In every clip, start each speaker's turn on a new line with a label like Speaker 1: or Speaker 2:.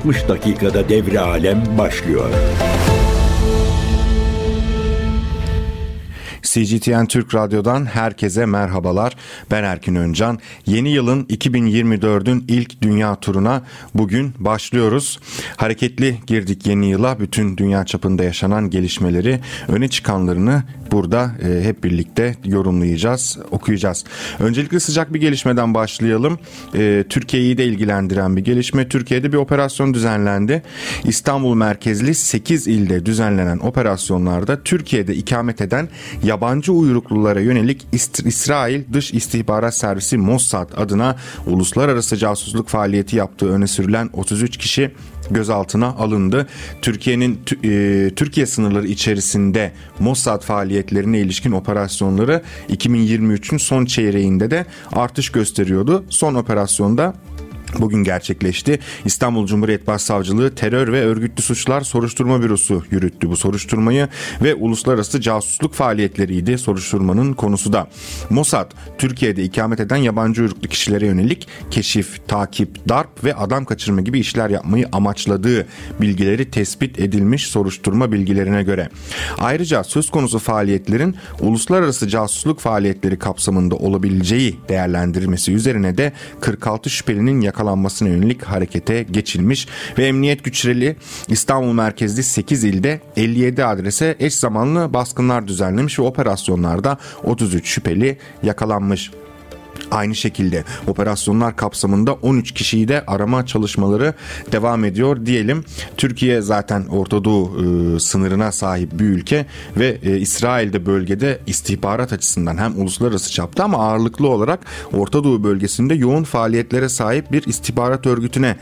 Speaker 1: 60 dakikada devre alem başlıyor.
Speaker 2: CGTN Türk Radyo'dan herkese merhabalar. Ben Erkin Öncan. Yeni yılın 2024'ün ilk dünya turuna bugün başlıyoruz. Hareketli girdik yeni yıla. Bütün dünya çapında yaşanan gelişmeleri, öne çıkanlarını burada hep birlikte yorumlayacağız, okuyacağız. Öncelikle sıcak bir gelişmeden başlayalım. Türkiye'yi de ilgilendiren bir gelişme. Türkiye'de bir operasyon düzenlendi. İstanbul merkezli 8 ilde düzenlenen operasyonlarda Türkiye'de ikamet eden yabancı uyruklulara yönelik İsrail Dış İstihbarat Servisi Mossad adına uluslararası casusluk faaliyeti yaptığı öne sürülen 33 kişi gözaltına alındı. Türkiye sınırları içerisinde Mossad faaliyetlerine ilişkin operasyonları 2023'ün son çeyreğinde de artış gösteriyordu. Son operasyonda bugün gerçekleşti. İstanbul Cumhuriyet Başsavcılığı Terör ve Örgütlü Suçlar Soruşturma Bürosu yürüttü bu soruşturmayı ve uluslararası casusluk faaliyetleriydi soruşturmanın konusu da. Mossad, Türkiye'de ikamet eden yabancı uyruklu kişilere yönelik keşif, takip, darp ve adam kaçırma gibi işler yapmayı amaçladığı bilgileri tespit edilmiş soruşturma bilgilerine göre. Ayrıca söz konusu faaliyetlerin uluslararası casusluk faaliyetleri kapsamında olabileceği değerlendirilmesi üzerine de 46 şüphelinin yakalanmasına yönelik harekete geçilmiş ve emniyet güçleri İstanbul merkezli 8 ilde 57 adrese eş zamanlı baskınlar düzenlemiş ve operasyonlarda 33 şüpheli yakalanmış. Aynı şekilde operasyonlar kapsamında 13 kişiyi de arama çalışmaları devam ediyor diyelim. Türkiye zaten Orta Doğu sınırına sahip bir ülke ve İsrail'de bölgede istihbarat açısından hem uluslararası çapta ama ağırlıklı olarak Orta Doğu bölgesinde yoğun faaliyetlere sahip bir istihbarat örgütüne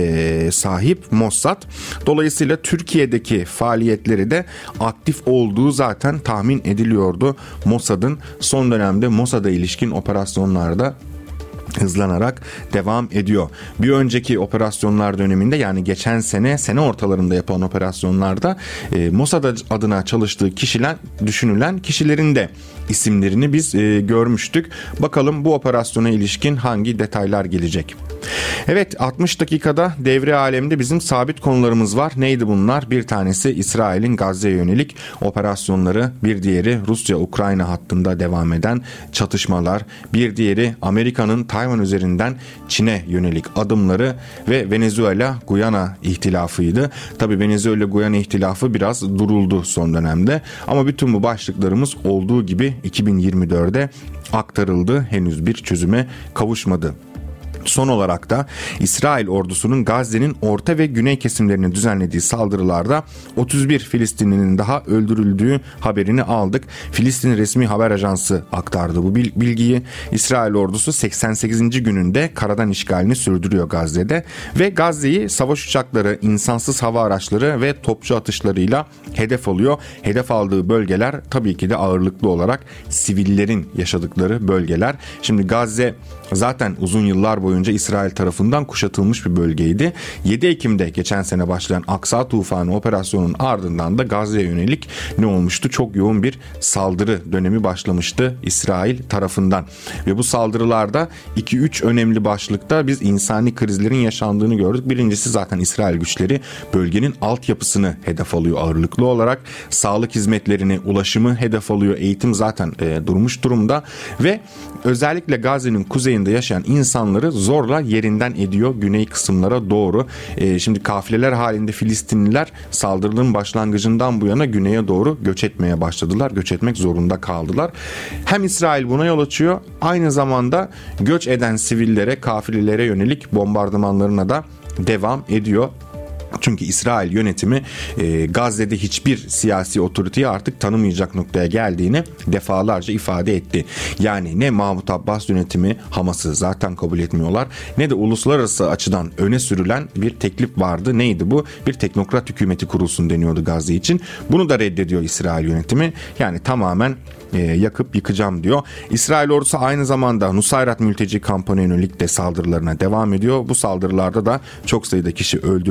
Speaker 2: sahip Mossad. Dolayısıyla Türkiye'deki faaliyetleri de aktif olduğu zaten tahmin ediliyordu. Mossad'ın son dönemde Mossad'a ilişkin operasyonlarda hızlanarak devam ediyor. Bir önceki operasyonlar döneminde, yani geçen sene ortalarında yapılan operasyonlarda Mossad adına çalıştığı düşünülen kişilerin de isimlerini biz görmüştük. Bakalım bu operasyona ilişkin hangi detaylar gelecek? Evet, 60 dakikada devre alemde bizim sabit konularımız var. Neydi bunlar? Bir tanesi İsrail'in Gazze'ye yönelik operasyonları, bir diğeri Rusya-Ukrayna hattında devam eden çatışmalar, bir diğeri Amerika'nın Tayvan üzerinden Çin'e yönelik adımları ve Venezuela-Guyana ihtilafıydı. Tabii Venezuela-Guyana ihtilafı biraz duruldu son dönemde ama bütün bu başlıklarımız olduğu gibi 2024'de aktarıldı. Henüz bir çözüme kavuşmadı. Son olarak da İsrail ordusunun Gazze'nin orta ve güney kesimlerine düzenlediği saldırılarda 31 Filistinlinin daha öldürüldüğü haberini aldık. Filistin resmi haber ajansı aktardı bu bilgiyi. İsrail ordusu 88. gününde karadan işgalini sürdürüyor Gazze'de ve Gazze'yi savaş uçakları, insansız hava araçları ve topçu atışlarıyla hedef alıyor. Hedef aldığı bölgeler tabii ki de ağırlıklı olarak sivillerin yaşadıkları bölgeler. Şimdi Gazze zaten uzun yıllar boyunca İsrail tarafından kuşatılmış bir bölgeydi. 7 Ekim'de geçen sene başlayan Aksa Tufanı operasyonunun ardından da Gazze'ye yönelik ne olmuştu? Çok yoğun bir saldırı dönemi başlamıştı İsrail tarafından. Ve bu saldırılarda 2-3 önemli başlıkta biz insani krizlerin yaşandığını gördük. Birincisi zaten İsrail güçleri bölgenin altyapısını hedef alıyor ağırlıklı olarak. Sağlık hizmetlerini, ulaşımı hedef alıyor. Eğitim zaten durmuş durumda ve özellikle Gazze'nin kuzeyinde yaşayan insanları zorla yerinden ediyor güney kısımlara doğru. Şimdi kafileler halinde Filistinliler saldırının başlangıcından bu yana güneye doğru göç etmeye başladılar. Göç etmek zorunda kaldılar. Hem İsrail buna yol açıyor, aynı zamanda göç eden sivillere, kafilelere yönelik bombardımanlarına da devam ediyor. Çünkü İsrail yönetimi Gazze'de hiçbir siyasi otoriteyi artık tanımayacak noktaya geldiğini defalarca ifade etti. Yani ne Mahmut Abbas yönetimi Hamas'ı zaten kabul etmiyorlar, ne de uluslararası açıdan öne sürülen bir teklif vardı. Neydi bu? Bir teknokrat hükümeti kurulsun deniyordu Gazze için. Bunu da reddediyor İsrail yönetimi. Yani tamamen yakıp yıkacağım diyor. İsrail ordusu aynı zamanda Nusayrat mülteci kampına yönelik de saldırılarına devam ediyor. Bu saldırılarda da çok sayıda kişi öldürüldü.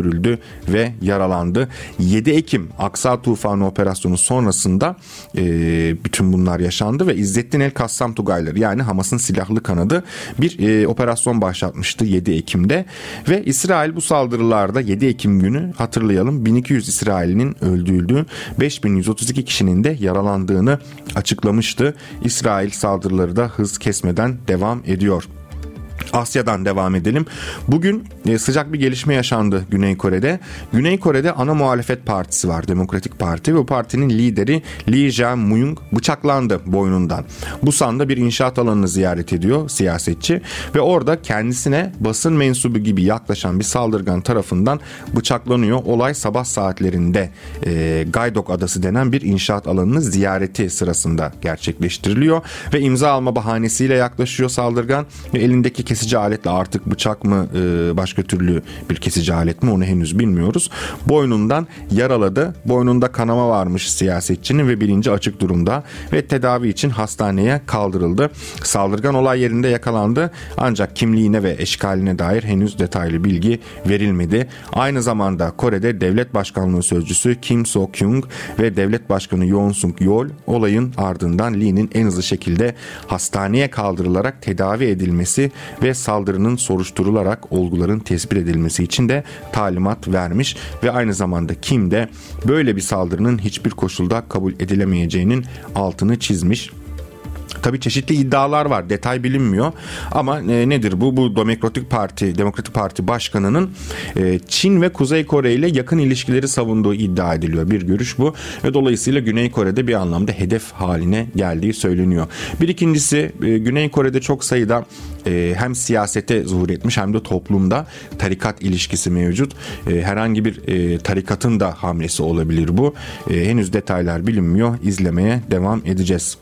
Speaker 2: ve yaralandı. 7 Ekim Aksa Tufanı operasyonu sonrasında bütün bunlar yaşandı ve İzzettin el-Kassam Tugayları, yani Hamas'ın silahlı kanadı bir operasyon başlatmıştı 7 Ekim'de ve İsrail bu saldırılarda 7 Ekim günü hatırlayalım 1200 İsrail'in öldürüldüğü, 5132 kişinin de yaralandığını açıklamıştı. İsrail saldırıları da hız kesmeden devam ediyor. Asya'dan devam edelim. Bugün sıcak bir gelişme yaşandı Güney Kore'de. Güney Kore'de ana muhalefet partisi var, Demokratik Parti, ve bu partinin lideri Lee Jae-myung bıçaklandı boynundan. Busan'da bir inşaat alanını ziyaret ediyor siyasetçi ve orada kendisine basın mensubu gibi yaklaşan bir saldırgan tarafından bıçaklanıyor. Olay sabah saatlerinde Gaydok Adası denen bir inşaat alanını ziyareti sırasında gerçekleştiriliyor ve imza alma bahanesiyle yaklaşıyor saldırgan ve elindeki kesici aletle, artık bıçak mı başka türlü bir kesici alet mi onu henüz bilmiyoruz, boynundan yaraladı. Boynunda kanama varmış siyasetçinin ve bilinci açık durumda ve tedavi için hastaneye kaldırıldı. Saldırgan olay yerinde yakalandı ancak kimliğine ve eşkaline dair henüz detaylı bilgi verilmedi. Aynı zamanda Kore'de Devlet Başkanlığı Sözcüsü Kim So-kyung ve Devlet Başkanı Yoon Suk-yeol olayın ardından Lee'nin en hızlı şekilde hastaneye kaldırılarak tedavi edilmesi ve saldırının soruşturularak olguların tespit edilmesi için de talimat vermiş ve aynı zamanda Kim de böyle bir saldırının hiçbir koşulda kabul edilemeyeceğinin altını çizmiş. Tabii çeşitli iddialar var. Detay bilinmiyor. Ama nedir bu? Bu Demokratik Parti Başkanı'nın Çin ve Kuzey Kore ile yakın ilişkileri savunduğu iddia ediliyor. Bir görüş bu. Ve dolayısıyla Güney Kore'de bir anlamda hedef haline geldiği söyleniyor. Bir ikincisi, Güney Kore'de çok sayıda hem siyasete zuhur etmiş hem de toplumda tarikat ilişkisi mevcut. Herhangi bir tarikatın da hamlesi olabilir bu. Henüz detaylar bilinmiyor. İzlemeye devam edeceğiz.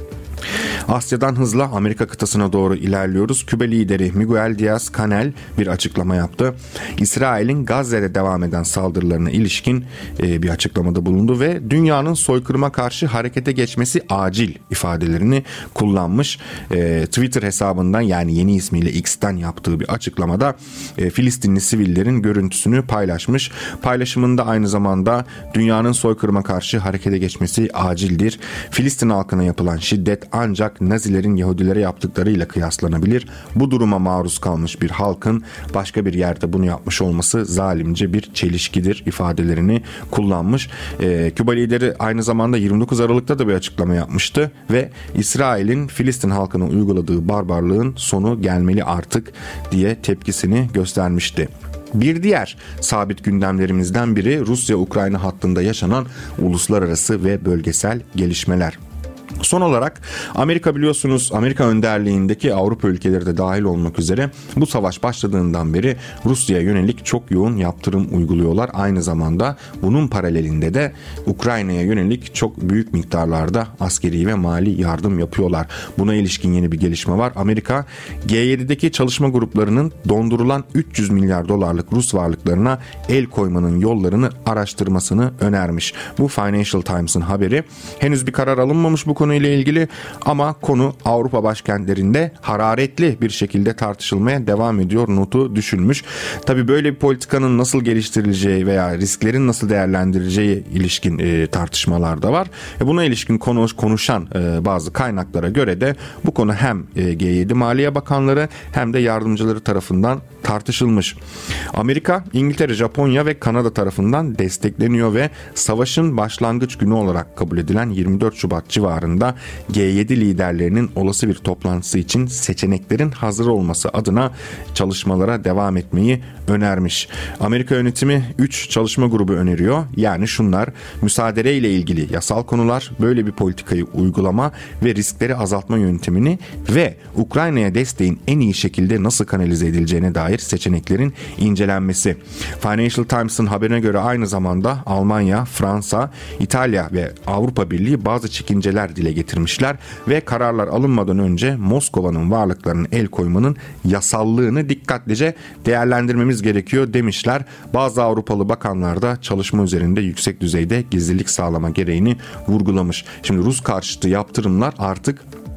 Speaker 2: Asya'dan hızla Amerika kıtasına doğru ilerliyoruz. Küba lideri Miguel Díaz-Canel bir açıklama yaptı. İsrail'in Gazze'de devam eden saldırılarına ilişkin bir açıklamada bulundu ve dünyanın soykırıma karşı harekete geçmesi acil ifadelerini kullanmış. Twitter hesabından, yani yeni ismiyle X'ten yaptığı bir açıklamada Filistinli sivillerin görüntüsünü paylaşmış. Paylaşımında aynı zamanda dünyanın soykırıma karşı harekete geçmesi acildir. Filistin halkına yapılan şiddet ancak Nazilerin Yahudilere yaptıklarıyla kıyaslanabilir. Bu duruma maruz kalmış bir halkın başka bir yerde bunu yapmış olması zalimce bir çelişkidir ifadelerini kullanmış. Küba lideri aynı zamanda 29 Aralık'ta da bir açıklama yapmıştı ve İsrail'in Filistin halkına uyguladığı barbarlığın sonu gelmeli artık diye tepkisini göstermişti. Bir diğer sabit gündemlerimizden biri Rusya-Ukrayna hattında yaşanan uluslararası ve bölgesel gelişmeler. Son olarak Amerika, biliyorsunuz, Amerika önderliğindeki Avrupa ülkeleri de dahil olmak üzere bu savaş başladığından beri Rusya'ya yönelik çok yoğun yaptırım uyguluyorlar. Aynı zamanda bunun paralelinde de Ukrayna'ya yönelik çok büyük miktarlarda askeri ve mali yardım yapıyorlar. Buna ilişkin yeni bir gelişme var. Amerika, G7'deki çalışma gruplarının dondurulan 300 milyar dolarlık Rus varlıklarına el koymanın yollarını araştırmasını önermiş. Bu Financial Times'ın haberi. Henüz bir karar alınmamış bu konuyla ilgili ama konu Avrupa başkentlerinde hararetli bir şekilde tartışılmaya devam ediyor notu düşülmüş. Tabii böyle bir politikanın nasıl geliştirileceği veya risklerin nasıl değerlendirileceği ilişkin tartışmalar da var. Buna ilişkin konuşan bazı kaynaklara göre de bu konu hem G7 Maliye Bakanları hem de yardımcıları tarafından tartışılmış. Amerika, İngiltere, Japonya ve Kanada tarafından destekleniyor ve savaşın başlangıç günü olarak kabul edilen 24 Şubat civarında G7 liderlerinin olası bir toplantısı için seçeneklerin hazır olması adına çalışmalara devam etmeyi önermiş. Amerika yönetimi 3 çalışma grubu öneriyor. Yani şunlar: müsaade ile ilgili yasal konular, böyle bir politikayı uygulama ve riskleri azaltma yöntemini ve Ukrayna'ya desteğin en iyi şekilde nasıl kanalize edileceğine dair seçeneklerin incelenmesi. Financial Times'ın haberine göre aynı zamanda Almanya, Fransa, İtalya ve Avrupa Birliği bazı çekinceler dile getirmişler ve kararlar alınmadan önce Moskova'nın varlıklarına el koymanın yasallığını dikkatlice değerlendirmemiz gerekiyor demişler. Bazı Avrupalı bakanlar da çalışma üzerinde yüksek düzeyde gizlilik sağlama gereğini vurgulamış. Şimdi Rus karşıtı yaptırımlar artık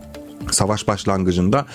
Speaker 2: savaş başlangıcında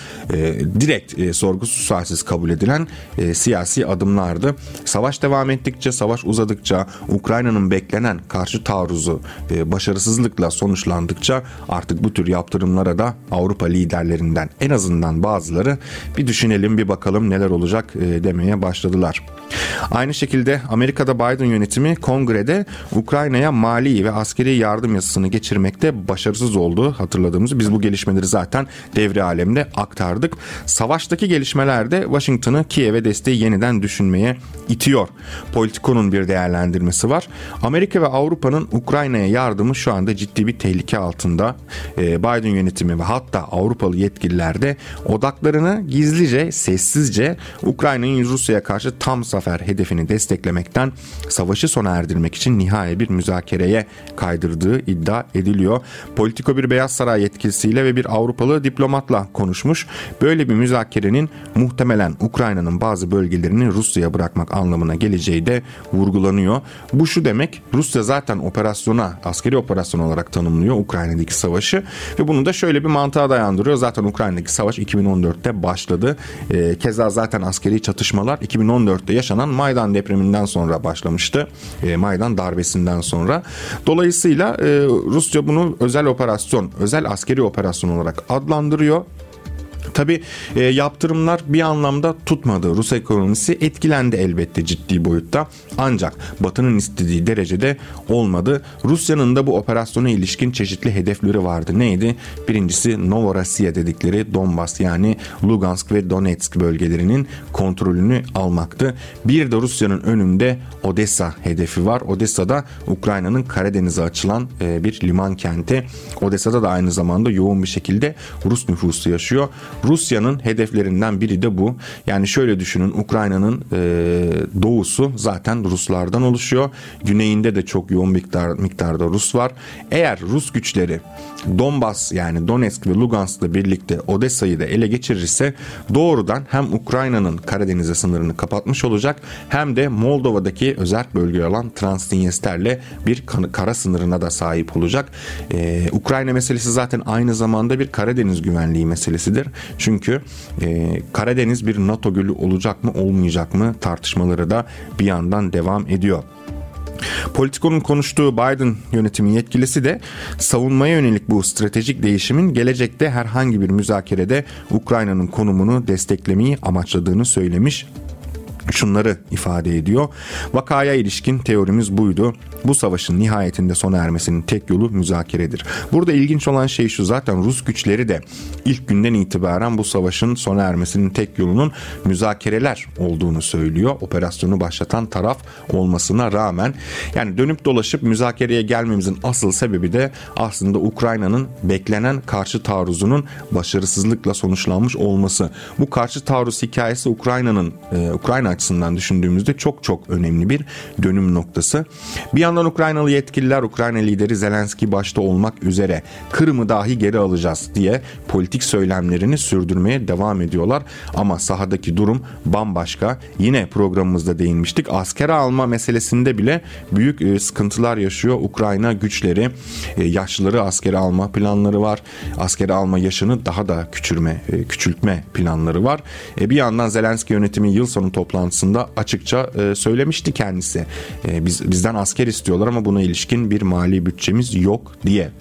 Speaker 2: direkt sorgusuz sualsiz kabul edilen siyasi adımlardı. Savaş devam ettikçe, savaş uzadıkça, Ukrayna'nın beklenen karşı taarruzu başarısızlıkla sonuçlandıkça artık bu tür yaptırımlara da Avrupa liderlerinden en azından bazıları bir düşünelim, bir bakalım neler olacak demeye başladılar. Aynı şekilde Amerika'da Biden yönetimi kongrede Ukrayna'ya mali ve askeri yardım yasasını geçirmekte başarısız oldu. Hatırladığımız, biz bu gelişmeleri zaten devre alemde aktardık. Savaştaki gelişmeler de Washington'ı Kiev'e desteği yeniden düşünmeye itiyor. Politico'nun bir değerlendirmesi var. Amerika ve Avrupa'nın Ukrayna'ya yardımı şu anda ciddi bir tehlike altında. Biden yönetimi ve hatta Avrupalı yetkililer de odaklarını gizlice, sessizce Ukrayna'nın Rusya'ya karşı tam zafer hedefini desteklemekten savaşı sona erdirmek için nihai bir müzakereye kaydırdığı iddia ediliyor. Politico bir Beyaz Saray yetkilisiyle ve bir Avrupalı diplomatla konuşmuş. Böyle bir müzakerenin muhtemelen Ukrayna'nın bazı bölgelerini Rusya'ya bırakmak anlamına geleceği de vurgulanıyor. Bu şu demek: Rusya zaten askeri operasyon olarak tanımlıyor Ukrayna'daki savaşı ve bunu da şöyle bir mantığa dayandırıyor. Zaten Ukrayna'daki savaş 2014'te başladı. Keza zaten askeri çatışmalar 2014'te yaşanan Maydan depreminden sonra başlamıştı. Maydan darbesinden sonra. Dolayısıyla Rusya bunu özel askeri operasyon olarak adlandırıyor. Tabii yaptırımlar bir anlamda tutmadı. Rus ekonomisi etkilendi elbette ciddi boyutta. Ancak Batı'nın istediği derecede olmadı. Rusya'nın da bu operasyona ilişkin çeşitli hedefleri vardı. Neydi? Birincisi Novorossiya dedikleri Donbas, yani Lugansk ve Donetsk bölgelerinin kontrolünü almaktı. Bir de Rusya'nın önünde Odessa hedefi var. Odessa'da Ukrayna'nın Karadeniz'e açılan bir liman kenti. Odessa'da da aynı zamanda yoğun bir şekilde Rus nüfusu yaşıyor. Rusya'nın hedeflerinden biri de bu. Yani şöyle düşünün, Ukrayna'nın doğusu zaten Ruslardan oluşuyor. Güneyinde de çok yoğun miktarda Rus var. Eğer Rus güçleri Donbas, yani Donetsk ve Lugansk'la birlikte Odessa'yı da ele geçirirse doğrudan hem Ukrayna'nın Karadeniz'e sınırını kapatmış olacak hem de Moldova'daki özerk bölge olan Transdinyester'le bir kara sınırına da sahip olacak. Ukrayna meselesi zaten aynı zamanda bir Karadeniz güvenliği meselesidir. Çünkü Karadeniz bir NATO gölü olacak mı olmayacak mı tartışmaları da bir yandan devam ediyor. Politico'nun konuştuğu Biden yönetimi yetkilisi de savunmaya yönelik bu stratejik değişimin gelecekte herhangi bir müzakerede Ukrayna'nın konumunu desteklemeyi amaçladığını söylemiş. Şunları ifade ediyor: vakaya ilişkin teorimiz buydu. Bu savaşın nihayetinde sona ermesinin tek yolu müzakeredir. Burada ilginç olan şey şu: zaten Rus güçleri de ilk günden itibaren bu savaşın sona ermesinin tek yolunun müzakereler olduğunu söylüyor. Operasyonu başlatan taraf olmasına rağmen, yani dönüp dolaşıp müzakereye gelmemizin asıl sebebi de aslında Ukrayna'nın beklenen karşı taarruzunun başarısızlıkla sonuçlanmış olması. Bu karşı taarruz hikayesi Ukrayna açısından düşündüğümüzde çok çok önemli bir dönüm noktası. Bir yandan Ukraynalı yetkililer, Ukrayna lideri Zelenski başta olmak üzere Kırım'ı dahi geri alacağız diye politik söylemlerini sürdürmeye devam ediyorlar. Ama sahadaki durum bambaşka. Yine programımızda değinmiştik. Asker alma meselesinde bile büyük sıkıntılar yaşıyor Ukrayna güçleri. Yaşlıları askere alma planları var. Askere alma yaşını daha da küçültme planları var. Bir yandan Zelenski yönetimi yıl sonu toplantısında açıkça söylemişti kendisi. Bizden asker istiyorlar ama buna ilişkin bir mali bütçemiz yok diye.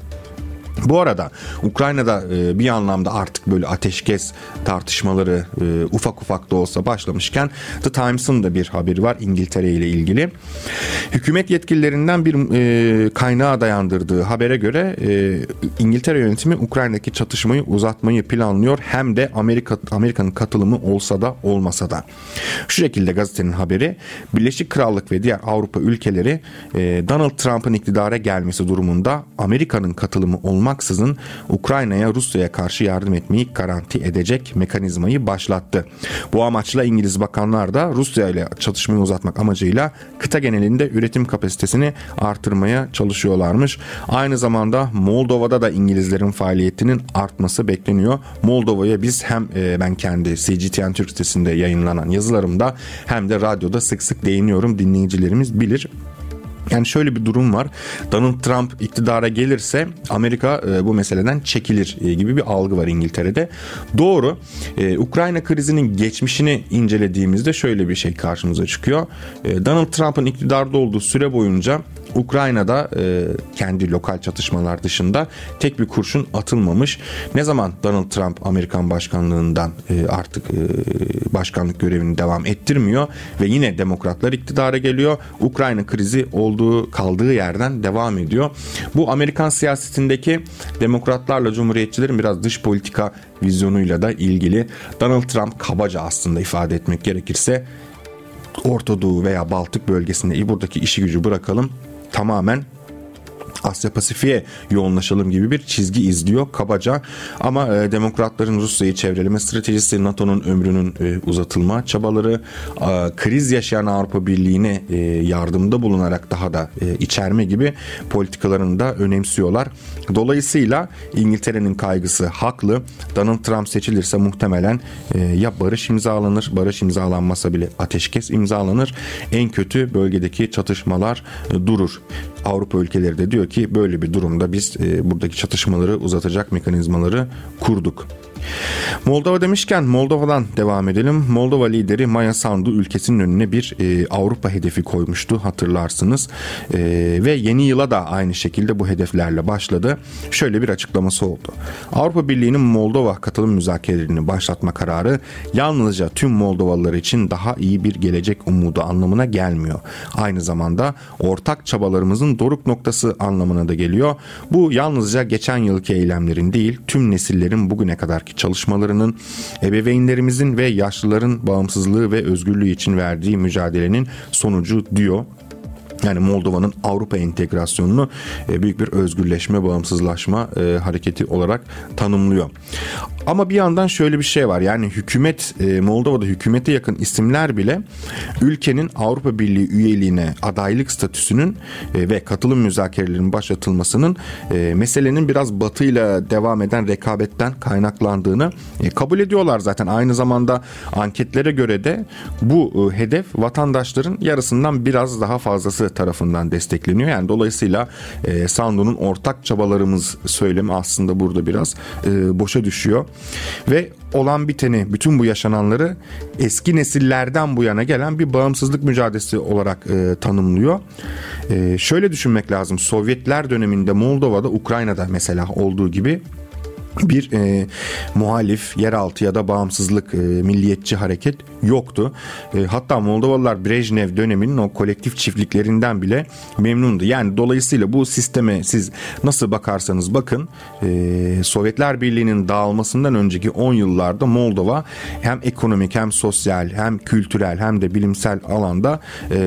Speaker 2: Bu arada Ukrayna'da bir anlamda artık böyle ateşkes tartışmaları ufak ufak da olsa başlamışken The Times'ın da bir haberi var İngiltere ile ilgili. Hükümet yetkililerinden bir kaynağa dayandırdığı habere göre İngiltere yönetimi Ukrayna'daki çatışmayı uzatmayı planlıyor. Hem de Amerika'nın katılımı olsa da olmasa da. Şu şekilde gazetenin haberi: Birleşik Krallık ve diğer Avrupa ülkeleri Donald Trump'ın iktidara gelmesi durumunda Amerika'nın katılımı olmaksızın Ukrayna'ya Rusya'ya karşı yardım etmeyi garanti edecek mekanizmayı başlattı. Bu amaçla İngiliz bakanlar da Rusya ile çatışmayı uzatmak amacıyla kıta genelinde üretim kapasitesini artırmaya çalışıyorlarmış. Aynı zamanda Moldova'da da İngilizlerin faaliyetinin artması bekleniyor. Moldova'ya biz hem ben kendi CGTN Türk sitesinde yayınlanan yazılarımda hem de radyoda sık sık değiniyorum. Dinleyicilerimiz bilir. Yani şöyle bir durum var. Donald Trump iktidara gelirse Amerika bu meseleden çekilir gibi bir algı var İngiltere'de. Doğru. Ukrayna krizinin geçmişini incelediğimizde şöyle bir şey karşımıza çıkıyor. Donald Trump'ın iktidarda olduğu süre boyunca Ukrayna'da kendi lokal çatışmalar dışında tek bir kurşun atılmamış. Ne zaman Donald Trump Amerikan başkanlığından artık başkanlık görevini devam ettirmiyor ve yine demokratlar iktidara geliyor. Ukrayna krizi kaldığı yerden devam ediyor. Bu Amerikan siyasetindeki demokratlarla cumhuriyetçilerin biraz dış politika vizyonuyla da ilgili. Donald Trump kabaca aslında ifade etmek gerekirse Orta Doğu veya Baltık bölgesinde buradaki işi gücü bırakalım, tamamen Asya Pasifik'e yoğunlaşalım gibi bir çizgi izliyor kabaca. Ama demokratların Rusya'yı çevreleme stratejisi, NATO'nun ömrünün uzatılma çabaları, kriz yaşayan Avrupa Birliği'ne yardımda bulunarak daha da içerme gibi politikalarını da önemsiyorlar. Dolayısıyla İngiltere'nin kaygısı haklı. Donald Trump seçilirse muhtemelen ya barış imzalanır, barış imzalanmasa bile ateşkes imzalanır. En kötü bölgedeki çatışmalar durur. Avrupa ülkeleri de diyor ki böyle bir durumda biz buradaki çatışmaları uzatacak mekanizmaları kurduk. Moldova demişken Moldova'dan devam edelim. Moldova lideri Maya Sandu ülkesinin önüne bir Avrupa hedefi koymuştu, hatırlarsınız. Ve yeni yıla da aynı şekilde bu hedeflerle başladı. Şöyle bir açıklaması oldu. Avrupa Birliği'nin Moldova katılım müzakerelerini başlatma kararı yalnızca tüm Moldovalılar için daha iyi bir gelecek umudu anlamına gelmiyor. Aynı zamanda ortak çabalarımızın doruk noktası anlamına da geliyor. Bu yalnızca geçen yılki eylemlerin değil, tüm nesillerin bugüne kadarki çalışmalarının, ebeveynlerimizin ve yaşlıların bağımsızlığı ve özgürlüğü için verdiği mücadelenin sonucu diyor. Yani Moldova'nın Avrupa entegrasyonunu büyük bir özgürleşme, bağımsızlaşma hareketi olarak tanımlıyor. Ama bir yandan şöyle bir şey var. Yani Moldova'da hükümete yakın isimler bile ülkenin Avrupa Birliği üyeliğine adaylık statüsünün ve katılım müzakerelerinin başlatılmasının meselenin biraz Batı'yla devam eden rekabetten kaynaklandığını kabul ediyorlar zaten. Aynı zamanda anketlere göre de bu hedef vatandaşların yarısından biraz daha fazlası tarafından destekleniyor. Yani dolayısıyla Sandu'nun ortak çabalarımız söylemi aslında burada biraz boşa düşüyor. Ve olan biteni, bütün bu yaşananları eski nesillerden bu yana gelen bir bağımsızlık mücadelesi olarak tanımlıyor. Şöyle düşünmek lazım. Sovyetler döneminde Moldova'da, Ukrayna'da mesela olduğu gibi bir muhalif, yeraltı ya da bağımsızlık, milliyetçi hareket yoktu. Hatta Moldovalılar Brejnev döneminin o kolektif çiftliklerinden bile memnundu. Yani dolayısıyla bu sisteme siz nasıl bakarsanız bakın, Sovyetler Birliği'nin dağılmasından önceki 10 yıllarda Moldova hem ekonomik hem sosyal hem kültürel hem de bilimsel alanda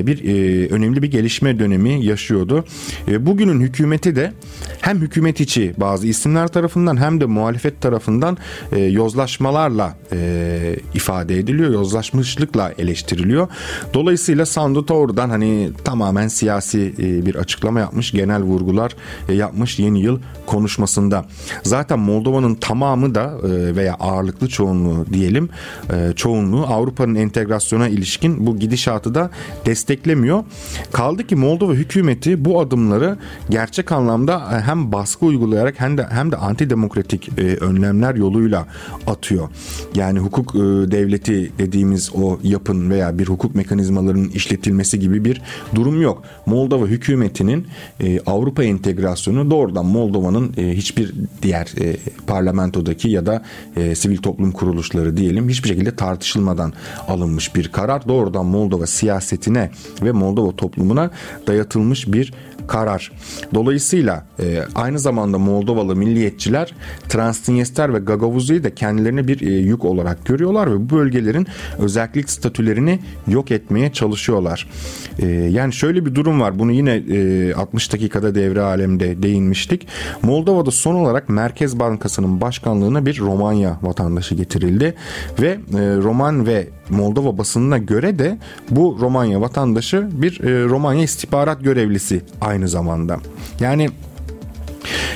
Speaker 2: önemli bir gelişme dönemi yaşıyordu. Bugünün hükümeti de hem hükümet içi bazı isimler tarafından hem de muhalefet tarafından yozlaşmalarla ifade ediliyor. Yozlaşmışlıkla eleştiriliyor. Dolayısıyla Sandu oradan tamamen siyasi bir açıklama yapmış. Genel vurgular yapmış yeni yıl konuşmasında. Zaten Moldova'nın tamamı da veya ağırlıklı çoğunluğu diyelim, çoğunluğu Avrupa'nın entegrasyona ilişkin bu gidişatı da desteklemiyor. Kaldı ki Moldova hükümeti bu adımları gerçek anlamda hem baskı uygulayarak hem de antidemokratik önlemler yoluyla atıyor. Yani hukuk devleti dediğimiz o yapın veya bir hukuk mekanizmalarının işletilmesi gibi bir durum yok. Moldova hükümetinin Avrupa entegrasyonu doğrudan Moldova'nın hiçbir diğer parlamentodaki ya da sivil toplum kuruluşları diyelim hiçbir şekilde tartışılmadan alınmış bir karar. Doğrudan Moldova siyasetine ve Moldova toplumuna dayatılmış bir karar. Dolayısıyla aynı zamanda Moldovalı milliyetçiler Transnistria ve Gagavuzya'yı da kendilerine bir yük olarak görüyorlar ve bu bölgelerin özellik statülerini yok etmeye çalışıyorlar. Yani şöyle bir durum var. Bunu yine 60 dakikada devre alemde değinmiştik. Moldova'da son olarak Merkez Bankası'nın başkanlığına bir Romanya vatandaşı getirildi ve Roman ve Moldova basınına göre de bu Romanya vatandaşı bir Romanya istihbarat görevlisi aynı zamanda. Yani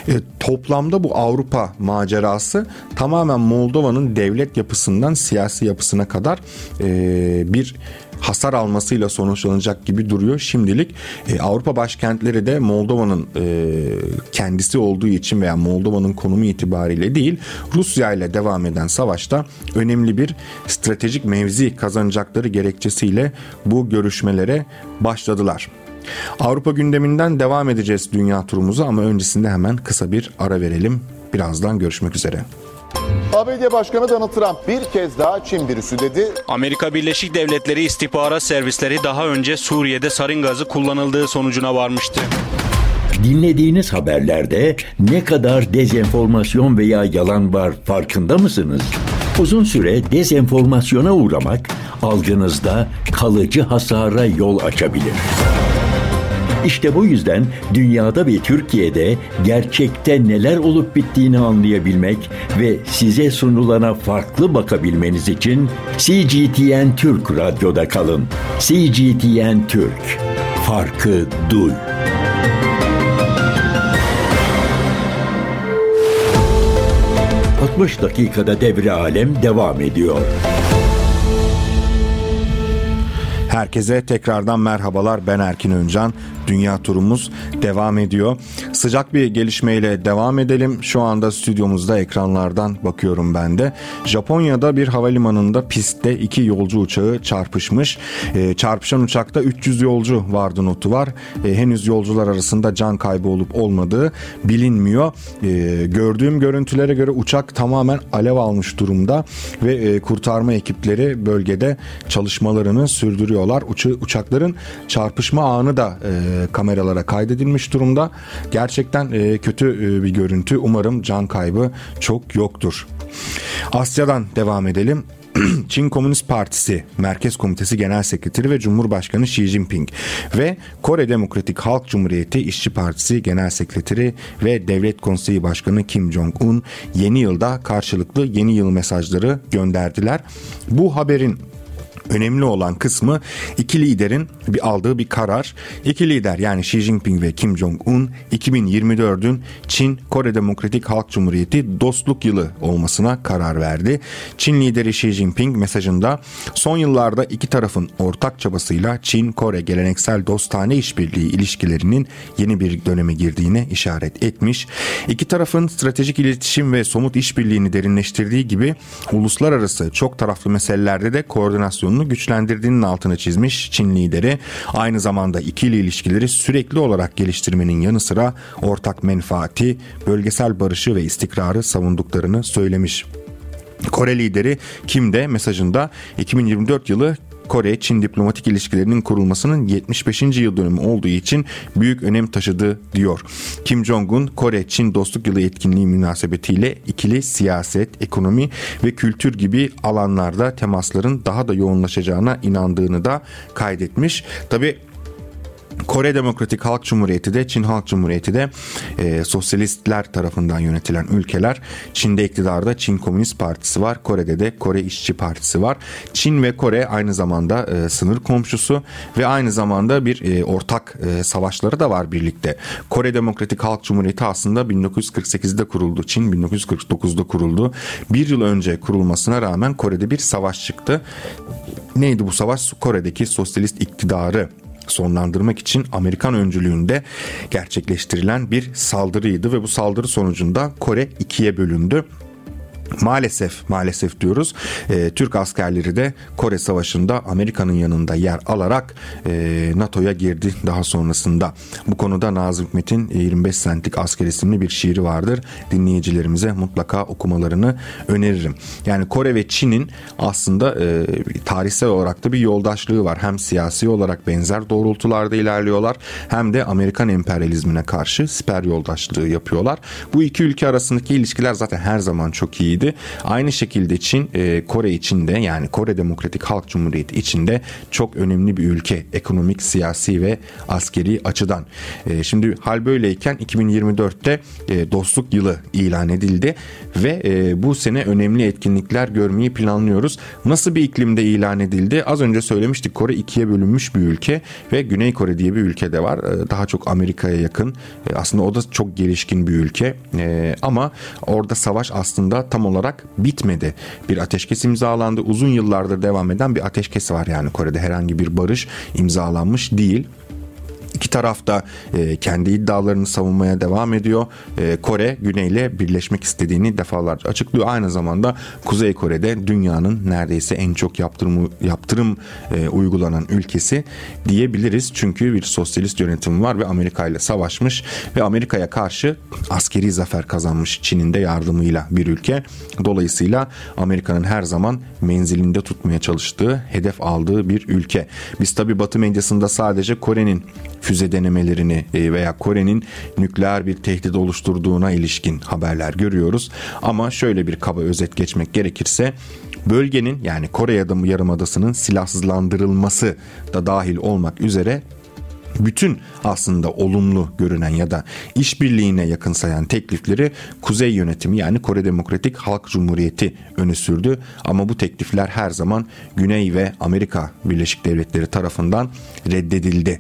Speaker 2: Toplamda bu Avrupa macerası tamamen Moldova'nın devlet yapısından siyasi yapısına kadar bir hasar almasıyla sonuçlanacak gibi duruyor şimdilik. Avrupa başkentleri de Moldova'nın kendisi olduğu için veya Moldova'nın konumu itibariyle değil, Rusya ile devam eden savaşta önemli bir stratejik mevzi kazanacakları gerekçesiyle bu görüşmelere başladılar. Avrupa gündeminden devam edeceğiz dünya turumuzu ama öncesinde hemen kısa bir ara verelim. Birazdan görüşmek üzere.
Speaker 3: ABD Başkanı Donald Trump bir kez daha Çin virüsü dedi.
Speaker 4: Amerika Birleşik Devletleri istihbarat servisleri daha önce Suriye'de sarin gazı kullanıldığı sonucuna varmıştı.
Speaker 1: Dinlediğiniz haberlerde ne kadar dezenformasyon veya yalan var farkında mısınız? Uzun süre dezenformasyona uğramak algınızda kalıcı hasara yol açabilir. İşte bu yüzden dünyada ve Türkiye'de gerçekte neler olup bittiğini anlayabilmek ve size sunulana farklı bakabilmeniz için CGTN Türk Radyo'da kalın. CGTN Türk. Farkı duy. ...60 dakikada devre alem devam ediyor.
Speaker 2: Herkese tekrardan merhabalar. Ben Erkin Öncan. Dünya turumuz devam ediyor. Sıcak bir gelişmeyle devam edelim. Şu anda stüdyomuzda ekranlardan bakıyorum ben de. Japonya'da bir havalimanında pistte 2 yolcu uçağı çarpışmış. Çarpışan uçakta 300 yolcu vardı notu var. Henüz yolcular arasında can kaybı olup olmadığı bilinmiyor. Gördüğüm görüntülere göre uçak tamamen alev almış durumda ve kurtarma ekipleri bölgede çalışmalarını sürdürüyorlar. Uçakların çarpışma anı da kameralara kaydedilmiş durumda. Gerçekten kötü bir görüntü. Umarım can kaybı çok yoktur. Asya'dan devam edelim. Çin Komünist Partisi Merkez Komitesi Genel Sekreteri ve Cumhurbaşkanı Xi Jinping ve Kore Demokratik Halk Cumhuriyeti İşçi Partisi Genel Sekreteri ve Devlet Konseyi Başkanı Kim Jong-un yeni yılda karşılıklı yeni yıl mesajları gönderdiler. Bu haberin önemli olan kısmı iki liderin aldığı bir karar. İki lider yani Xi Jinping ve Kim Jong-un 2024'ün Çin-Kore Demokratik Halk Cumhuriyeti dostluk yılı olmasına karar verdi. Çin lideri Xi Jinping mesajında son yıllarda iki tarafın ortak çabasıyla Çin-Kore geleneksel dostane işbirliği ilişkilerinin yeni bir döneme girdiğine işaret etmiş. İki tarafın stratejik iletişim ve somut işbirliğini derinleştirdiği gibi uluslararası çok taraflı meselelerde de koordinasyonu güçlendirdiğinin altını çizmiş Çin lideri. Aynı zamanda ikili ilişkileri sürekli olarak geliştirmenin yanı sıra ortak menfaati, bölgesel barışı ve istikrarı savunduklarını söylemiş. Kore lideri Kim de mesajında 2024 yılı Kore-Çin diplomatik ilişkilerinin kurulmasının 75. yıl dönümü olduğu için büyük önem taşıdı diyor. Kim Jong-un Kore-Çin dostluk yılı etkinliği münasebetiyle ikili siyaset, ekonomi ve kültür gibi alanlarda temasların daha da yoğunlaşacağına inandığını da kaydetmiş. Tabii Kore Demokratik Halk Cumhuriyeti de Çin Halk Cumhuriyeti de sosyalistler tarafından yönetilen ülkeler. Çin'de iktidarda Çin Komünist Partisi var. Kore'de de Kore İşçi Partisi var. Çin ve Kore aynı zamanda sınır komşusu ve aynı zamanda bir ortak savaşları da var birlikte. Kore Demokratik Halk Cumhuriyeti aslında 1948'de kuruldu. Çin 1949'da kuruldu. Bir yıl önce kurulmasına rağmen Kore'de bir savaş çıktı. Neydi bu savaş? Kore'deki sosyalist iktidarı sonlandırmak için Amerikan öncülüğünde gerçekleştirilen bir saldırıydı ve bu saldırı sonucunda Kore ikiye bölündü. Maalesef diyoruz. Türk askerleri de Kore Savaşı'nda Amerika'nın yanında yer alarak NATO'ya girdi daha sonrasında. Bu konuda Nazım Hikmet'in 25 Centlik Asker isimli bir şiiri vardır. Dinleyicilerimize mutlaka okumalarını öneririm. Yani Kore ve Çin'in aslında tarihsel olarak da bir yoldaşlığı var. Hem siyasi olarak benzer doğrultularda ilerliyorlar hem de Amerikan emperyalizmine karşı siper yoldaşlığı yapıyorlar. Bu iki ülke arasındaki ilişkiler zaten her zaman çok iyi. ülkesiydi. Aynı şekilde Çin, Kore içinde, yani Kore Demokratik Halk Cumhuriyeti içinde çok önemli bir ülke. Ekonomik, siyasi ve askeri açıdan. Şimdi hal böyleyken 2024'te dostluk yılı ilan edildi ve bu sene önemli etkinlikler görmeyi planlıyoruz. Nasıl bir iklimde ilan edildi? Az önce söylemiştik, Kore ikiye bölünmüş bir ülke ve Güney Kore diye bir ülke de var. Daha çok Amerika'ya yakın. Aslında o da çok gelişkin bir ülke. Ama orada savaş aslında tam olarak bitmedi. Bir ateşkes imzalandı. Uzun yıllardır devam eden bir ateşkes var, yani Kore'de herhangi bir barış imzalanmış değil. İki taraf da kendi iddialarını savunmaya devam ediyor. Kore Güney'le birleşmek istediğini defalarca açıklıyor. Aynı zamanda Kuzey Kore'de dünyanın neredeyse en çok yaptırım uygulanan ülkesi diyebiliriz. Çünkü bir sosyalist yönetim var ve Amerika ile savaşmış ve Amerika'ya karşı askeri zafer kazanmış Çin'in de yardımıyla bir ülke. Dolayısıyla Amerika'nın her zaman menzilinde tutmaya çalıştığı, hedef aldığı bir ülke. Biz tabii Batı medyasında sadece Kore'nin füze denemelerini veya Kore'nin nükleer bir tehdit oluşturduğuna ilişkin haberler görüyoruz. Ama şöyle bir kaba özet geçmek gerekirse, bölgenin, yani Kore Yarımadası'nın silahsızlandırılması da dahil olmak üzere bütün aslında olumlu görünen ya da işbirliğine yakınsayan teklifleri Kuzey yönetimi, yani Kore Demokratik Halk Cumhuriyeti öne sürdü. Ama bu teklifler her zaman Güney ve Amerika Birleşik Devletleri tarafından reddedildi.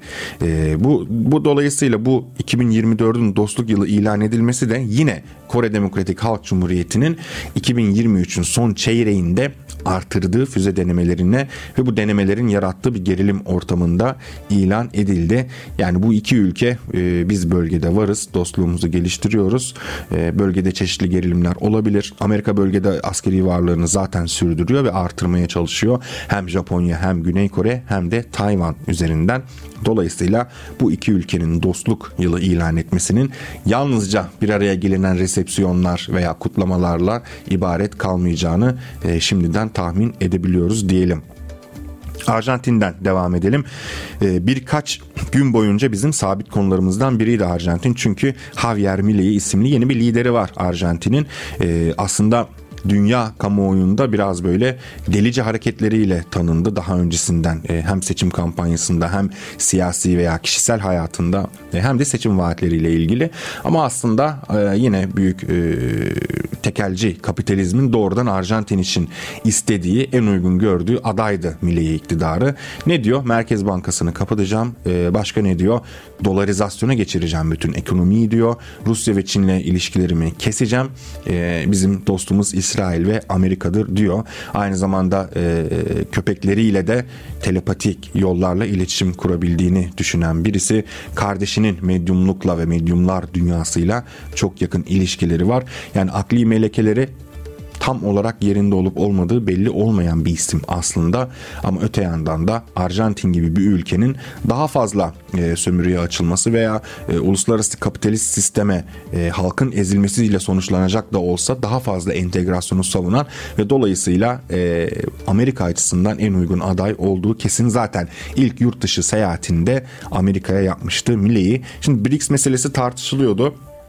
Speaker 2: Bu dolayısıyla bu 2024'ün dostluk yılı ilan edilmesi de yine Kore Demokratik Halk Cumhuriyeti'nin 2023'ün son çeyreğinde artırdığı füze denemelerine ve bu denemelerin yarattığı bir gerilim ortamında ilan edildi. Yani bu iki ülke, biz bölgede varız, dostluğumuzu geliştiriyoruz. Bölgede çeşitli gerilimler olabilir. Amerika bölgede askeri varlığını zaten sürdürüyor ve artırmaya çalışıyor. Hem Japonya, hem Güney Kore, hem de Tayvan üzerinden. Dolayısıyla bu iki ülkenin dostluk yılı ilan etmesinin yalnızca bir araya gelinen resepsiyonlar veya kutlamalarla ibaret kalmayacağını şimdiden tahmin edebiliyoruz diyelim. Arjantin'den devam edelim. Birkaç gün boyunca bizim sabit konularımızdan biriydi Arjantin. Çünkü Javier Milei isimli yeni bir lideri var Arjantin'in. Aslında dünya kamuoyunda biraz böyle delice hareketleriyle tanındı daha öncesinden, hem seçim kampanyasında hem siyasi veya kişisel hayatında hem de seçim vaatleriyle ilgili. Ama aslında yine büyük tekelci kapitalizmin doğrudan Arjantin için istediği, en uygun gördüğü adaydı Milei iktidarı. Ne diyor? Merkez Bankası'nı kapatacağım. Başka ne diyor? Dolarizasyona geçireceğim bütün ekonomiyi diyor. Rusya ve Çin'le ilişkilerimi keseceğim. Bizim dostumuz İsrail ve Amerika'dır diyor. Aynı zamanda köpekleriyle de telepatik yollarla iletişim kurabildiğini düşünen birisi. Kardeşinin medyumlukla ve medyumlar dünyasıyla çok yakın ilişkileri var. Yani akli melekeleri tam olarak yerinde olup olmadığı belli olmayan bir isim aslında. Ama öte yandan da Arjantin gibi bir ülkenin daha fazla sömürüye açılması veya uluslararası kapitalist sisteme halkın ezilmesiyle sonuçlanacak da olsa daha fazla entegrasyonu savunan ve dolayısıyla Amerika açısından en uygun aday olduğu kesin. Zaten ilk yurt dışı seyahatinde Amerika'ya yapmıştı Milei. Şimdi BRICS meselesi tartışılıyordu.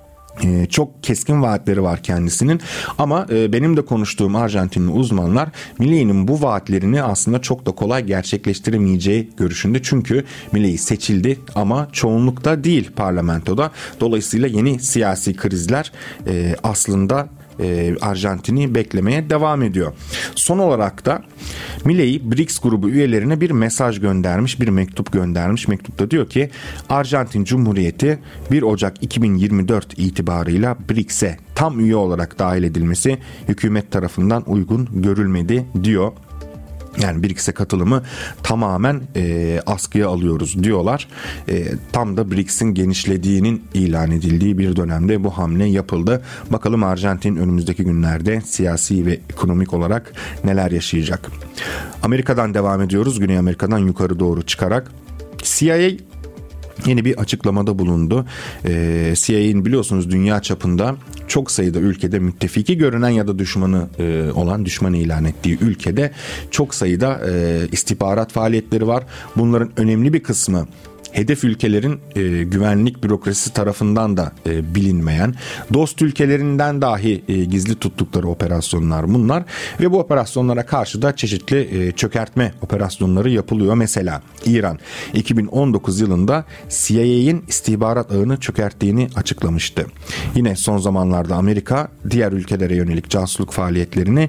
Speaker 2: Çok keskin vaatleri var kendisinin ama benim de konuştuğum Arjantinli uzmanlar Milei'nin bu vaatlerini aslında çok da kolay gerçekleştiremeyeceği görüşünde. Çünkü Milei seçildi ama çoğunlukta değil parlamentoda. Dolayısıyla yeni siyasi krizler aslında Arjantin'i beklemeye devam ediyor. Son olarak da Milei BRICS grubu üyelerine bir mesaj göndermiş, bir mektup göndermiş. Mektupta diyor ki Arjantin Cumhuriyeti 1 Ocak 2024 itibarıyla BRICS'e tam üye olarak dahil edilmesi hükümet tarafından uygun görülmedi diyor. Yani BRICS'e katılımı tamamen askıya alıyoruz diyorlar. Tam da BRICS'in genişlediğinin ilan edildiği bir dönemde bu hamle yapıldı. Bakalım Arjantin önümüzdeki günlerde siyasi ve ekonomik olarak neler yaşayacak. Amerika'dan devam ediyoruz. Güney Amerika'dan yukarı doğru çıkarak. CIA yeni bir açıklamada bulundu. CIA'nin biliyorsunuz dünya çapında çok sayıda ülkede müttefiki görünen ya da düşmanı olan, düşman ilan ettiği ülkede çok sayıda istihbarat faaliyetleri var. Bunların önemli bir kısmı hedef ülkelerin güvenlik bürokrasisi tarafından da bilinmeyen, dost ülkelerinden dahi gizli tuttukları operasyonlar bunlar ve bu operasyonlara karşı da çeşitli çökertme operasyonları yapılıyor. Mesela İran 2019 yılında CIA'in istihbarat ağını çökerttiğini açıklamıştı. Yine son zamanlarda Amerika diğer ülkelere yönelik casusluk faaliyetlerini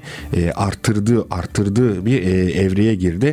Speaker 2: arttırdığı bir evreye girdi.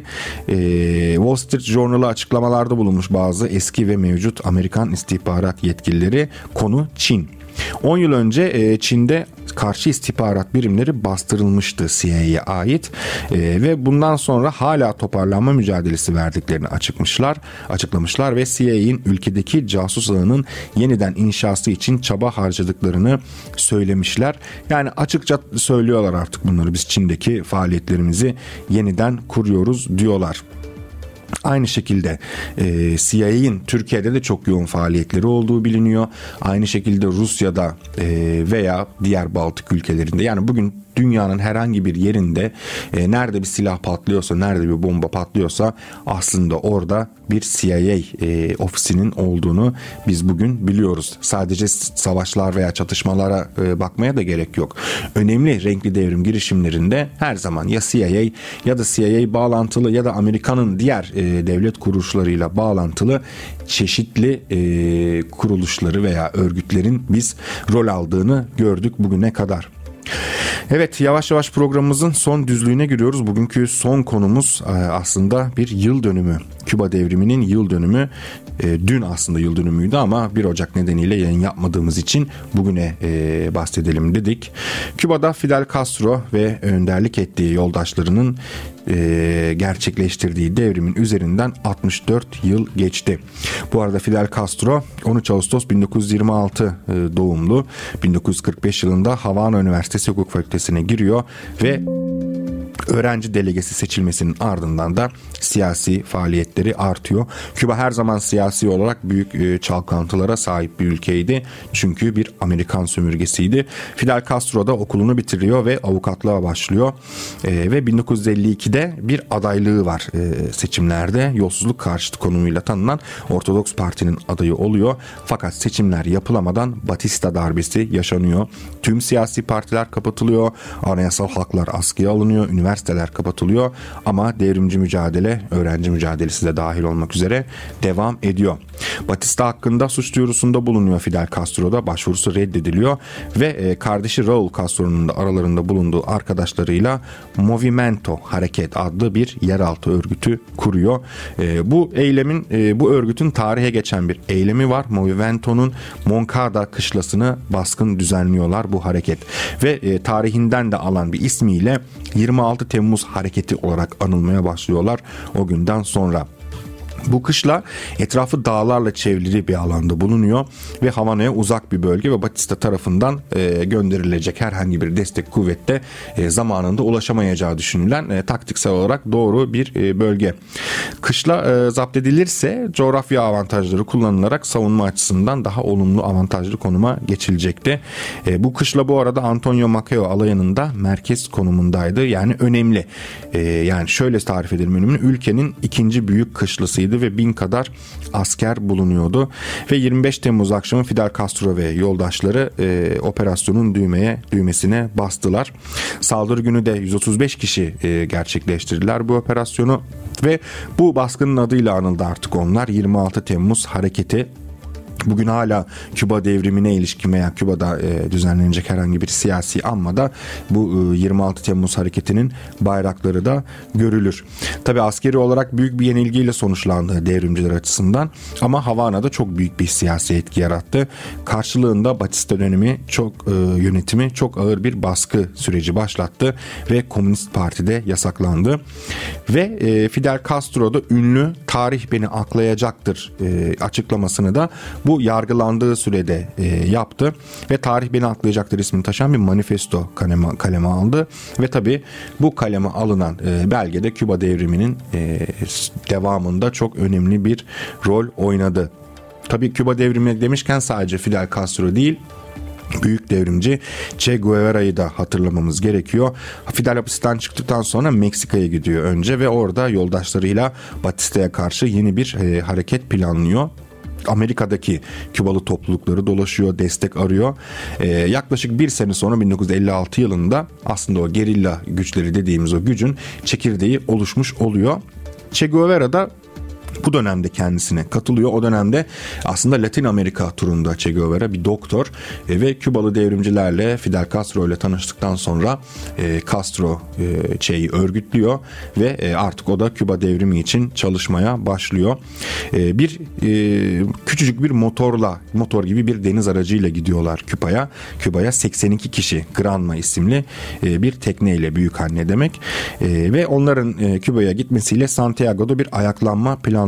Speaker 2: Wall Street Journal'a açıklamalarda bulunmuş bazı eski ve mevcut Amerikan istihbarat yetkilileri. Konu Çin. 10 yıl önce Çin'de karşı istihbarat birimleri bastırılmıştı CIA'ya ait ve bundan sonra hala toparlanma mücadelesi verdiklerini açıklamışlar ve CIA'nin ülkedeki casus ağının yeniden inşası için çaba harcadıklarını söylemişler. Yani açıkça söylüyorlar artık bunları, biz Çin'deki faaliyetlerimizi yeniden kuruyoruz diyorlar. Aynı şekilde CIA'nin Türkiye'de de çok yoğun faaliyetleri olduğu biliniyor. Aynı şekilde Rusya'da veya diğer Baltık ülkelerinde, yani bugün dünyanın herhangi bir yerinde nerede bir silah patlıyorsa, nerede bir bomba patlıyorsa aslında orada bir CIA ofisinin olduğunu biz bugün biliyoruz. Sadece savaşlar veya çatışmalara bakmaya da gerek yok. Önemli renkli devrim girişimlerinde her zaman ya CIA ya da CIA bağlantılı ya da Amerika'nın diğer devlet kuruluşlarıyla bağlantılı çeşitli kuruluşları veya örgütlerin biz rol aldığını gördük bugüne kadar. Evet, yavaş yavaş programımızın son düzlüğüne giriyoruz. Bugünkü son konumuz aslında bir yıl dönümü. Küba devriminin yıl dönümü. Dün aslında yıl dönümüydü ama 1 Ocak nedeniyle yayın yapmadığımız için bugüne bahsedelim dedik. Küba'da Fidel Castro ve önderlik ettiği yoldaşlarının gerçekleştirdiği devrimin üzerinden 64 yıl geçti. Bu arada Fidel Castro 13 Ağustos 1926 doğumlu. 1945 yılında Havana Üniversitesi Hukuk Fakültesine giriyor ve öğrenci delegesi seçilmesinin ardından da siyasi faaliyetleri artıyor. Küba her zaman siyasi olarak büyük çalkantılara sahip bir ülkeydi. Çünkü bir Amerikan sömürgesiydi. Fidel Castro da okulunu bitiriyor ve avukatlığa başlıyor. Ve 1952'de bir adaylığı var seçimlerde. Yolsuzluk karşıtı konumuyla tanınan Ortodoks Parti'nin adayı oluyor. Fakat seçimler yapılamadan Batista darbesi yaşanıyor. Tüm siyasi partiler kapatılıyor. Anayasal haklar askıya alınıyor. Üniversiteler kapatılıyor ama devrimci mücadele, öğrenci mücadelesi de dahil olmak üzere devam ediyor. Batista hakkında suç duyurusunda bulunuyor Fidel Castro'da, başvurusu reddediliyor ve kardeşi Raul Castro'nun da aralarında bulunduğu arkadaşlarıyla Movimento Hareket adlı bir yeraltı örgütü kuruyor. Bu örgütün tarihe geçen bir eylemi var. Movimento'nun Moncada kışlasını baskın düzenliyorlar bu hareket ve tarihinden de alan bir ismiyle 26 Temmuz Hareketi olarak anılmaya başlıyorlar o günden sonra. Bu kışla etrafı dağlarla çevrili bir alanda bulunuyor ve Havana'ya uzak bir bölge ve Batista tarafından gönderilecek herhangi bir destek kuvvette zamanında ulaşamayacağı düşünülen taktiksel olarak doğru bir bölge. Kışla zapt edilirse coğrafya avantajları kullanılarak savunma açısından daha olumlu avantajlı konuma geçilecekti. Bu kışla bu arada Antonio Maceo alayının da merkez konumundaydı. Yani önemli. Yani şöyle tarif edelim önemli. Ülkenin ikinci büyük kışlasıydı ve 1000 kadar asker bulunuyordu ve 25 Temmuz akşamı Fidel Castro ve yoldaşları operasyonun düğmesine bastılar. Saldırı günü de 135 kişi gerçekleştirdiler bu operasyonu ve bu baskının adıyla anıldı artık onlar. 26 Temmuz Hareketi. Bugün hala Küba devrimine ilişkin veya Küba'da düzenlenecek herhangi bir siyasi anmada bu 26 Temmuz hareketinin bayrakları da görülür. Tabi askeri olarak büyük bir yenilgiyle sonuçlandı devrimciler açısından ama Havana'da çok büyük bir siyasi etki yarattı. Karşılığında Batista yönetimi çok ağır bir baskı süreci başlattı ve Komünist Parti'de yasaklandı. Ve Fidel Castro da ünlü "tarih beni aklayacaktır" açıklamasını da bu yargılandığı sürede yaptı ve "Tarih beni aklayacaktır" ismini taşıyan bir manifesto kaleme aldı ve tabii bu kaleme alınan belgede Küba devriminin devamında çok önemli bir rol oynadı. Tabii Küba devrimi demişken sadece Fidel Castro değil, Büyük devrimci Che Guevara'yı da hatırlamamız gerekiyor. Fidel hapisten çıktıktan sonra Meksika'ya gidiyor önce ve orada yoldaşlarıyla Batista'ya karşı yeni bir hareket planlıyor. Amerika'daki Kübalı toplulukları dolaşıyor, destek arıyor. Yaklaşık bir sene sonra 1956 yılında aslında o gerilla güçleri dediğimiz o gücün çekirdeği oluşmuş oluyor. Che Guevara da bu dönemde kendisine katılıyor. O dönemde aslında Latin Amerika turunda Che Guevara bir doktor ve Kübalı devrimcilerle Fidel Castro ile tanıştıktan sonra Castro Che'yi örgütlüyor ve artık o da Küba devrimi için çalışmaya başlıyor. Bir küçücük bir motor gibi bir deniz aracıyla gidiyorlar Küba'ya 82 kişi Granma isimli bir tekneyle, büyük anne demek, ve onların Küba'ya gitmesiyle Santiago'da bir ayaklanma planlıyorlardı.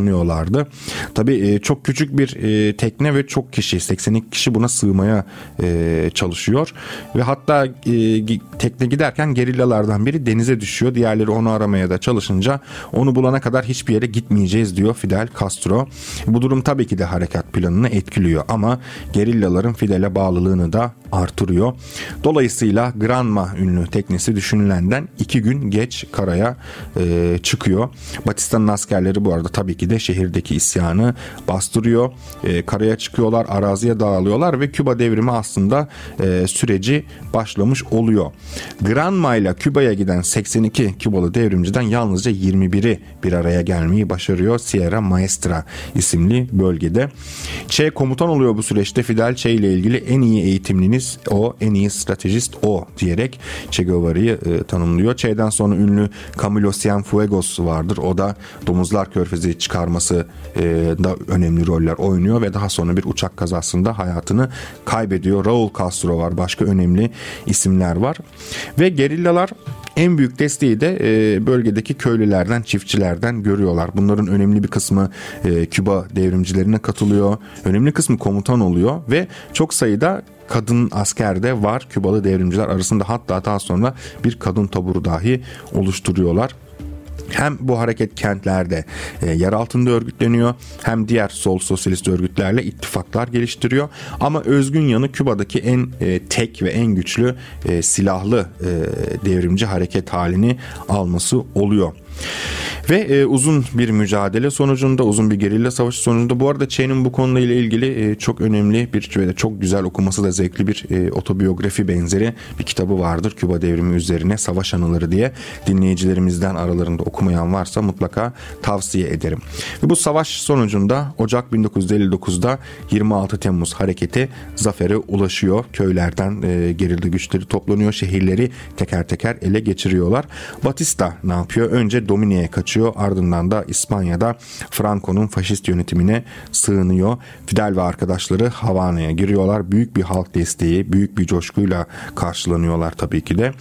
Speaker 2: Tabii çok küçük bir tekne ve çok kişi, 82 kişi buna sığmaya çalışıyor ve hatta tekne giderken gerillalardan biri denize düşüyor. Diğerleri onu aramaya da çalışınca onu bulana kadar hiçbir yere gitmeyeceğiz diyor Fidel Castro. Bu durum tabii ki de harekat planını etkiliyor ama gerillaların Fidel'e bağlılığını da artırıyor. Dolayısıyla Granma ünlü teknesi düşünülenden 2 gün geç karaya çıkıyor. Batista'nın askerleri bu arada tabii ki de şehirdeki isyanı bastırıyor. Karaya çıkıyorlar, araziye dağılıyorlar ve Küba devrimi aslında süreci başlamış oluyor. Granma ile Küba'ya giden 82 Kübalı devrimciden yalnızca 21'i bir araya gelmeyi başarıyor Sierra Maestra isimli bölgede. Che komutan oluyor bu süreçte. Fidel Che ile ilgili en iyi eğitimliniz o, en iyi stratejist o diyerek Che Guevara'yı tanımlıyor. Che'den sonra ünlü Camilo Cienfuegos vardır. O da Domuzlar Körfezi çıkarması da önemli roller oynuyor ve daha sonra bir uçak kazasında hayatını kaybediyor. Raul Castro var. Başka önemli isimler var. Ve gerillalar en büyük desteği de bölgedeki köylülerden, çiftçilerden görüyorlar. Bunların önemli bir kısmı Küba devrimcilerine katılıyor. Önemli kısmı komutan oluyor ve çok sayıda kadın asker de var Kübalı devrimciler arasında, hatta daha sonra bir kadın taburu dahi oluşturuyorlar. Hem bu hareket kentlerde yer altında örgütleniyor, hem diğer sol sosyalist örgütlerle ittifaklar geliştiriyor. Ama özgün yanı Küba'daki en tek ve en güçlü silahlı devrimci hareket halini alması oluyor. Ve uzun bir mücadele sonucunda, uzun bir gerilla savaşı sonucunda, bu arada Che'nin bu konuyla ilgili çok önemli bir ve çok güzel, okuması da zevkli bir otobiyografi benzeri bir kitabı vardır. Küba devrimi üzerine, Savaş Anıları diye. Dinleyicilerimizden aralarında okumayan varsa mutlaka tavsiye ederim. Ve bu savaş sonucunda Ocak 1959'da 26 Temmuz hareketi zafere ulaşıyor. Köylerden gerilla güçleri toplanıyor. Şehirleri teker teker ele geçiriyorlar. Batista ne yapıyor? Önce Domine'ye kaçıyor. Ardından da İspanya'da Franco'nun faşist yönetimine sığınıyor. Fidel ve arkadaşları Havana'ya giriyorlar. Büyük bir halk desteği, büyük bir coşkuyla karşılanıyorlar tabii ki de.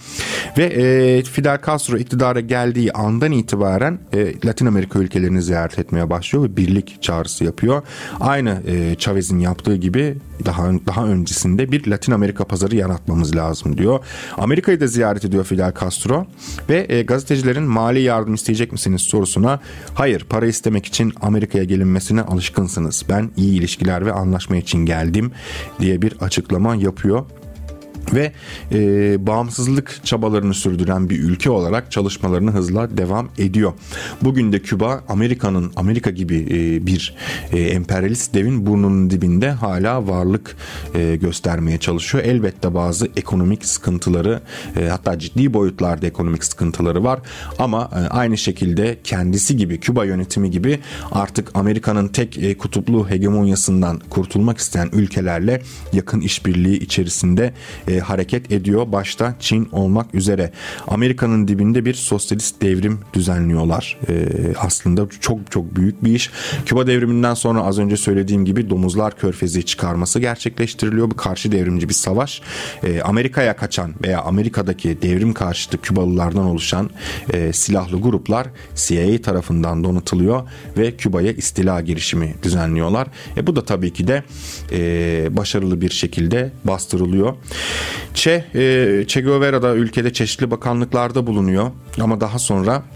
Speaker 2: Ve Fidel Castro iktidara geldiği andan itibaren Latin Amerika ülkelerini ziyaret etmeye başlıyor ve birlik çağrısı yapıyor. Aynı Chavez'in yaptığı gibi daha öncesinde bir Latin Amerika pazarı yaratmamız lazım diyor. Amerika'yı da ziyaret ediyor Fidel Castro ve gazetecilerin mali yardım isteyecek misiniz sorusuna, hayır, para istemek için Amerika'ya gelinmesine alışkınsınız, ben iyi ilişkiler ve anlaşma için geldim diye bir açıklama yapıyor. Ve bağımsızlık çabalarını sürdüren bir ülke olarak çalışmalarını hızla devam ediyor. Bugün de Küba Amerika gibi bir emperyalist devin burnunun dibinde hala varlık göstermeye çalışıyor. Elbette bazı ekonomik sıkıntıları, hatta ciddi boyutlarda ekonomik sıkıntıları var. Ama aynı şekilde kendisi gibi, Küba yönetimi gibi artık Amerika'nın tek kutuplu hegemonyasından kurtulmak isteyen ülkelerle yakın işbirliği içerisinde hareket ediyor. Başta Çin olmak üzere. Amerika'nın dibinde bir sosyalist devrim düzenliyorlar. Aslında çok çok büyük bir iş. Küba devriminden sonra az önce söylediğim gibi Domuzlar Körfezi çıkarması gerçekleştiriliyor. Bu karşı devrimci bir savaş. Amerika'ya kaçan veya Amerika'daki devrim karşıtı Kübalılardan oluşan silahlı gruplar CIA tarafından donatılıyor ve Küba'ya istila girişimi düzenliyorlar. Bu da tabii ki de başarılı bir şekilde bastırılıyor. Che Guevara da ülkede çeşitli bakanlıklarda bulunuyor ama daha sonra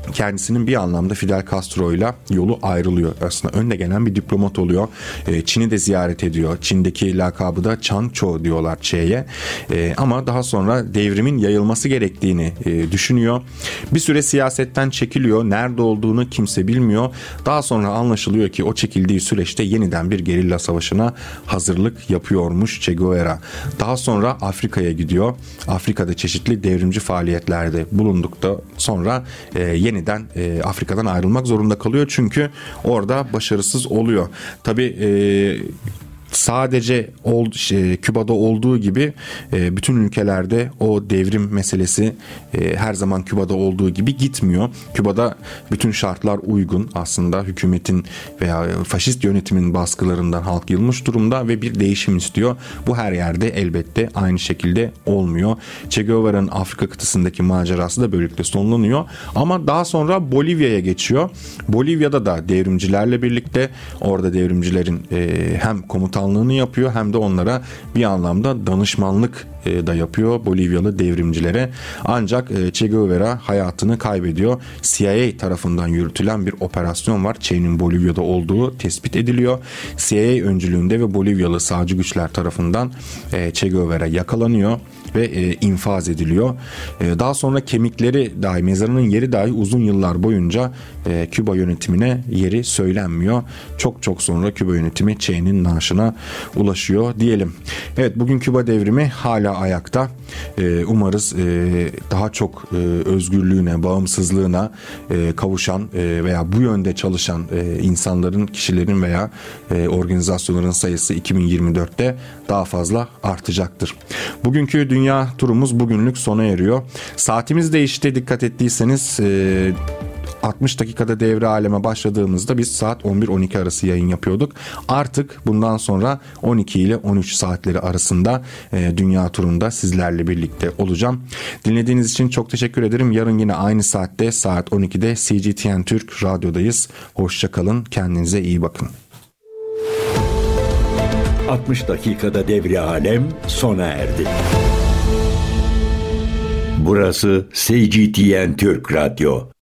Speaker 2: kendisinin bir anlamda Fidel Castro'yla yolu ayrılıyor. Aslında önde gelen bir diplomat oluyor. Çin'i de ziyaret ediyor. Çin'deki lakabı da Changcho diyorlar Ç'ye. Ama daha sonra devrimin yayılması gerektiğini düşünüyor. Bir süre siyasetten çekiliyor. Nerede olduğunu kimse bilmiyor. Daha sonra anlaşılıyor ki o çekildiği süreçte yeniden bir gerilla savaşına hazırlık yapıyormuş Che Guevara. Daha sonra Afrika'ya gidiyor. Afrika'da çeşitli devrimci faaliyetlerde bulunduktan sonra yeniden Afrika'dan ayrılmak zorunda kalıyor. Çünkü orada başarısız oluyor. Tabii sadece Küba'da olduğu gibi bütün ülkelerde o devrim meselesi her zaman Küba'da olduğu gibi gitmiyor. Küba'da bütün şartlar uygun, aslında hükümetin veya faşist yönetimin baskılarından halk yılmış durumda ve bir değişim istiyor. Bu her yerde elbette aynı şekilde olmuyor. Che Guevara'nın Afrika kıtasındaki macerası da böylelikle sonlanıyor. Ama daha sonra Bolivya'ya geçiyor. Bolivya'da da devrimcilerle birlikte, orada devrimcilerin hem komutanlığını yapıyor hem de onlara bir anlamda danışmanlık da yapıyor Bolivyalı devrimcilere. Ancak Che Guevara hayatını kaybediyor. CIA tarafından yürütülen bir operasyon var. Che'nin Bolivya'da olduğu tespit ediliyor. CIA öncülüğünde ve Bolivyalı sağcı güçler tarafından Che Guevara yakalanıyor ve infaz ediliyor. Daha sonra kemikleri dahi, mezarının yeri dahi uzun yıllar boyunca Küba yönetimine yeri söylenmiyor. Çok sonra Küba yönetimi Che'nin naaşına ulaşıyor diyelim. Evet, bugün Küba devrimi hala ayakta. Umarız daha çok özgürlüğüne, bağımsızlığına kavuşan veya bu yönde çalışan insanların, kişilerin veya organizasyonların sayısı 2024'te daha fazla artacaktır. Bugünkü dünya turumuz bugünlük sona eriyor. Saatimiz değişti, dikkat ettiyseniz. 60 dakikada devre aleme başladığımızda biz saat 11-12 arası yayın yapıyorduk. Artık bundan sonra 12 ile 13 saatleri arasında dünya turunda sizlerle birlikte olacağım. Dinlediğiniz için çok teşekkür ederim. Yarın yine aynı saatte saat 12'de CGTN Türk Radyo'dayız. Hoşça kalın, kendinize iyi bakın.
Speaker 1: 60 dakikada devre alem sona erdi. Burası CGTN Türk Radyo.